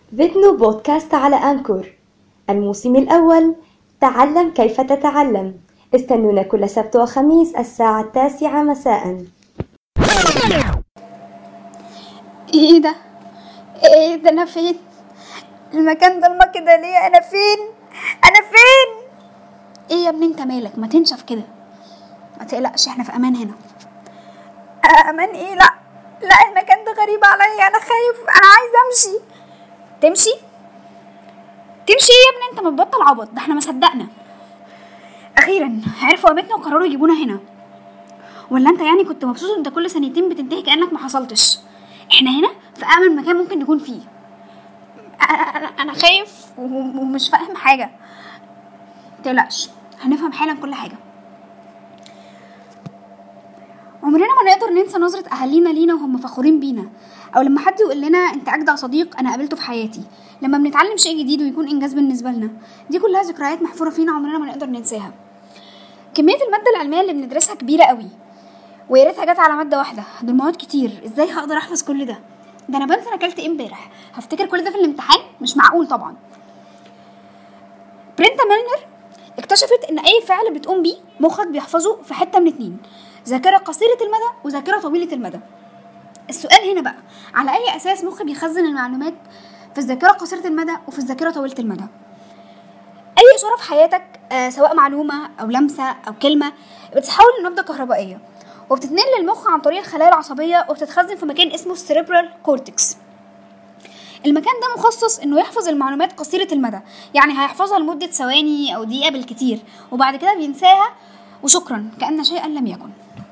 فيديو بودكاست على أنكور. الموسم الأول، تعلم كيف تتعلم. استنونا كل سبت وخميس الساعة 9 مساء. ايه ده؟ انا فين؟ المكان ضلمه كده ليه؟ انا فين؟ ايه يا ابني انت مالك؟ ما تنشف كده، ما تقلقش، احنا في امان هنا. امان ايه؟ لا المكان ده غريب عليا، انا خايف، انا عايزه امشي. تمشي ايه يا ابني؟ انت متبطل عبط، ده احنا ما صدقنا اخيرا عرفوا قيمتنا وقرروا يجيبونا هنا. ولا انت يعني كنت مبسوط انت كل سنتين بتنتهي كانك ما حصلتش؟ احنا هنا في امن مكان ممكن نكون فيه. انا خايف ومش فاهم حاجه. متقلقش، هنفهم حالا كل حاجه. عمرنا ما نقدر ننسى نظره اهالينا لينا وهم فخورين بينا، او لما حد يقول لنا انت اجدع صديق انا قابلته في حياتي، لما بنتعلم شيء جديد ويكون انجاز بالنسبه لنا. دي كلها ذكريات محفوره فينا عمرنا ما نقدر ننساها. كميه الماده العلميه اللي بندرسها كبيره قوي، ويا ريتها جت على ماده واحده. دول مواد كتير، ازاي هقدر احفظ كل ده؟ ده انا بنسى انا اكلت ايه امبارح، هفتكر كل ده في الامتحان؟ مش معقول طبعا. بريندا ميلنر اكتشفت ان اي فعل بتقوم بيه مخك بيحفظه في حته من اتنين: ذاكره قصيره المدى وذاكره طويله المدى. السؤال هنا بقى، على اي اساس مخي بيخزن المعلومات في الذاكره قصيره المدى وفي الذاكره طويله المدى؟ اي اشاره في حياتك، سواء معلومه او لمسه او كلمه، بتتحول لنبضه كهربائيه وبتتنقل للمخ عن طريق الخلايا العصبيه وبتتخزن في مكان اسمه السيريبرال كورتكس. المكان ده مخصص انه يحفظ المعلومات قصيره المدى، يعني هيحفظها لمده ثواني او دقيقه بالكتير، وبعد كده بينساها وشكرا، كأن شيئا لم يكن.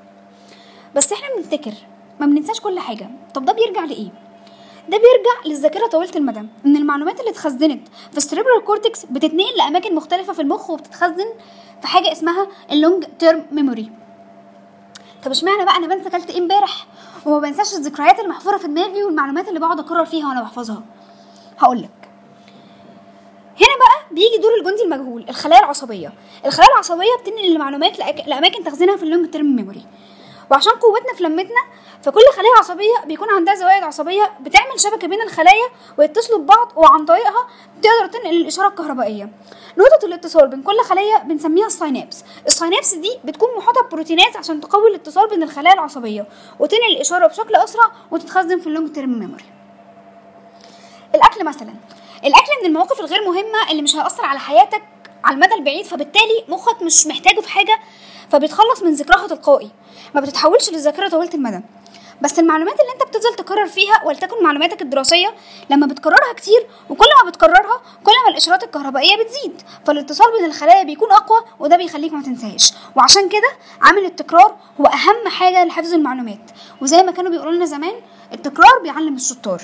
بس احنا بنفتكر، ما بننساش كل حاجه. طب ده بيرجع لايه؟ ده بيرجع للذاكره طويله المدى، ان المعلومات اللي اتخزنت في السيريبرال كورتكس بتتنقل لاماكن مختلفه في المخ وبتتخزن في حاجه اسمها اللونج تيرم ميموري. طب اشمعنى بقى انا بنسى اكلت ايه امبارح وما بنساش الذكريات المحفوره في دماغي والمعلومات اللي بقعد اكرر فيها وانا بحفظها؟ هقولك. هنا بقى بيجي دور الجندي المجهول، الخلايا العصبيه. الخلايا العصبيه بتنقل المعلومات لاماكن تخزينها في اللونج تيرم ميموري، وعشان قوتنا في لمتنا فكل خلية عصبية بيكون عندها زوايد عصبية بتعمل شبكة بين الخلايا ويتصلوا ببعض، وعن طريقها تقدر تنقل الإشارة الكهربائية. نقطة الاتصال بين كل خلية بنسميها الساينابس. الساينابس دي بتكون محاطة ببروتينات عشان تقوي الاتصال بين الخلايا العصبية وتنقل الإشارة بشكل أسرع وتتخزن في اللونج تيرم ميموري. الأكل مثلا، الأكل من المواقف الغير مهمة اللي مش هيأثر على حياتك على المدى البعيد، فبالتالي مخك مش محتاجه في حاجة، فبيتخلص من ذكرها تلقائي، ما بتتحولش للذاكره طويله المدى. بس المعلومات اللي انت بتفضل تكرر فيها، ولتكن معلوماتك الدراسيه، لما بتكررها كتير وكل ما بتكررها كل ما الاشارات الكهربائيه بتزيد، فالاتصال بين الخلايا بيكون اقوى، وده بيخليك ما تنساهاش. وعشان كده عامل التكرار هو اهم حاجه لحفظ المعلومات، وزي ما كانوا بيقولوا لنا زمان، التكرار بيعلم الشطار.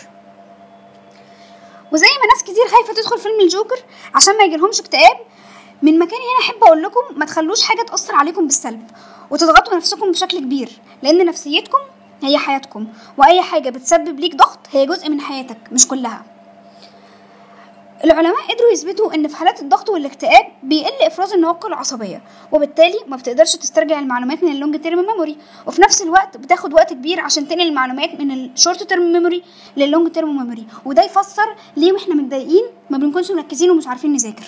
وزي ما ناس كتير خايفه تدخل فيلم الجوكر عشان ما يجيلهمش اكتئاب، من مكاني هنا احب اقول لكم ما تخلوش حاجه تاثر عليكم بالسلب وتضغطوا نفسكم بشكل كبير، لان نفسيتكم هي حياتكم، واي حاجه بتسبب ليك ضغط هي جزء من حياتك مش كلها. العلماء قدروا يثبتوا ان في حالات الضغط والاكتئاب بيقل افراز النواقل العصبيه، وبالتالي ما بتقدرش تسترجع المعلومات من اللونج تيرم ميموري، وفي نفس الوقت بتاخد وقت كبير عشان تنقل المعلومات من الشورت تيرم ميموري لللونج تيرم ميموري. وده يفسر ليه واحنا متضايقين ما بنكونش مركزين ومش عارفين نذاكر.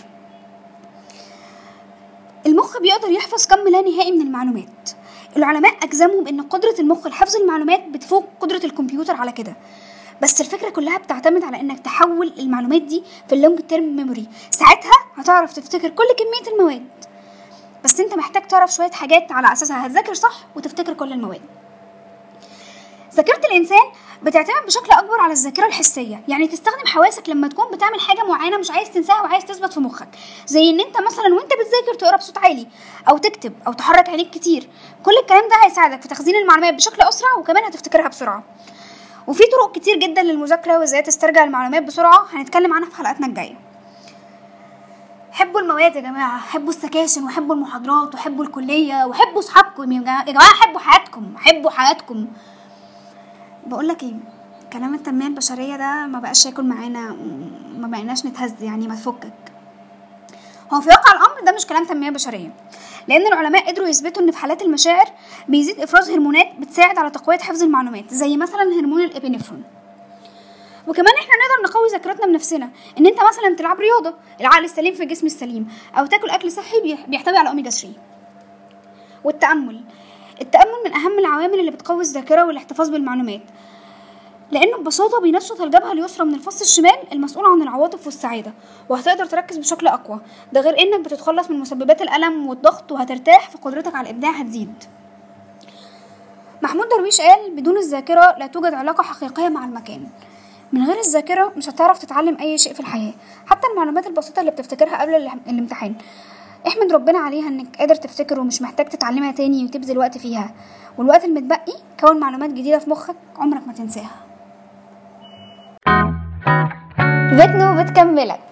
المخ بيقدر يحفظ كم لا نهائي من المعلومات. العلماء أجزموا بأن قدرة المخ لحفظ المعلومات بتفوق قدرة الكمبيوتر على كده، بس الفكرة كلها بتعتمد على أنك تحول المعلومات دي في اللونج تيرم ميموري. ساعتها هتعرف تفتكر كل كمية المواد، بس انت محتاج تعرف شوية حاجات على أساسها هتذاكر صح وتفتكر كل المواد. ذاكرة الإنسان بتعتمد بشكل أكبر على الذاكرة الحسية، يعني تستخدم حواسك لما تكون بتعمل حاجة معينة مش عايز تنساها وعايز تثبت في مخك، زي إن أنت مثلا وأنت بتذاكر تقرأ بصوت عالي أو تكتب أو تحرك عينيك كتير. كل الكلام ده هيساعدك في تخزين المعلومات بشكل أسرع، وكمان هتفتكرها بسرعة. وفي طرق كتير جدا للمذاكرة وإزاي تسترجع المعلومات بسرعة، هنتكلم عنها في حلقاتنا الجاية. حبوا المواد يا جماعة، حبوا السكاشن وحبوا المحاضرات وحبوا الكلية وحبوا صحابكم يا جماعة، حبوا حياتكم. بقولك ايه، كلام التنمية البشرية ده ما بقاش ياكل معانا، ما بقيناش نتهز، يعني ما تفكك. هو في واقع الامر ده مش كلام تنمية بشرية، لان العلماء قدروا يثبتوا ان في حالات المشاعر بيزيد افراز هرمونات بتساعد على تقوية حفظ المعلومات، زي مثلا هرمون الابينفرون. وكمان احنا نقدر نقوي ذاكرتنا بنفسنا، ان انت مثلا تلعب رياضه، العقل السليم في الجسم السليم، او تاكل اكل صحي بيحتوي على اوميجا 3. والتامل من اهم العوامل اللي بتقوي الذاكره والاحتفاظ بالمعلومات، لانه ببساطه بينشط الجبهه اليسرى من الفص الشمال المسؤول عن العواطف والسعاده، وهتقدر تركز بشكل اقوى. ده غير انك بتتخلص من مسببات الالم والضغط، وهترتاح، فقدرتك على الابداع هتزيد. محمود درويش قال: بدون الذاكره لا توجد علاقه حقيقيه مع المكان. من غير الذاكره مش هتعرف تتعلم اي شيء في الحياه، حتى المعلومات البسيطه اللي بتفتكرها قبل الامتحان. احمد ربنا عليها انك قادر تفتكر ومش محتاج تتعلمها تاني وتبذل وقت فيها، والوقت المتبقي كون معلومات جديده في مخك عمرك ما تنساها. فيتنو بتكملك.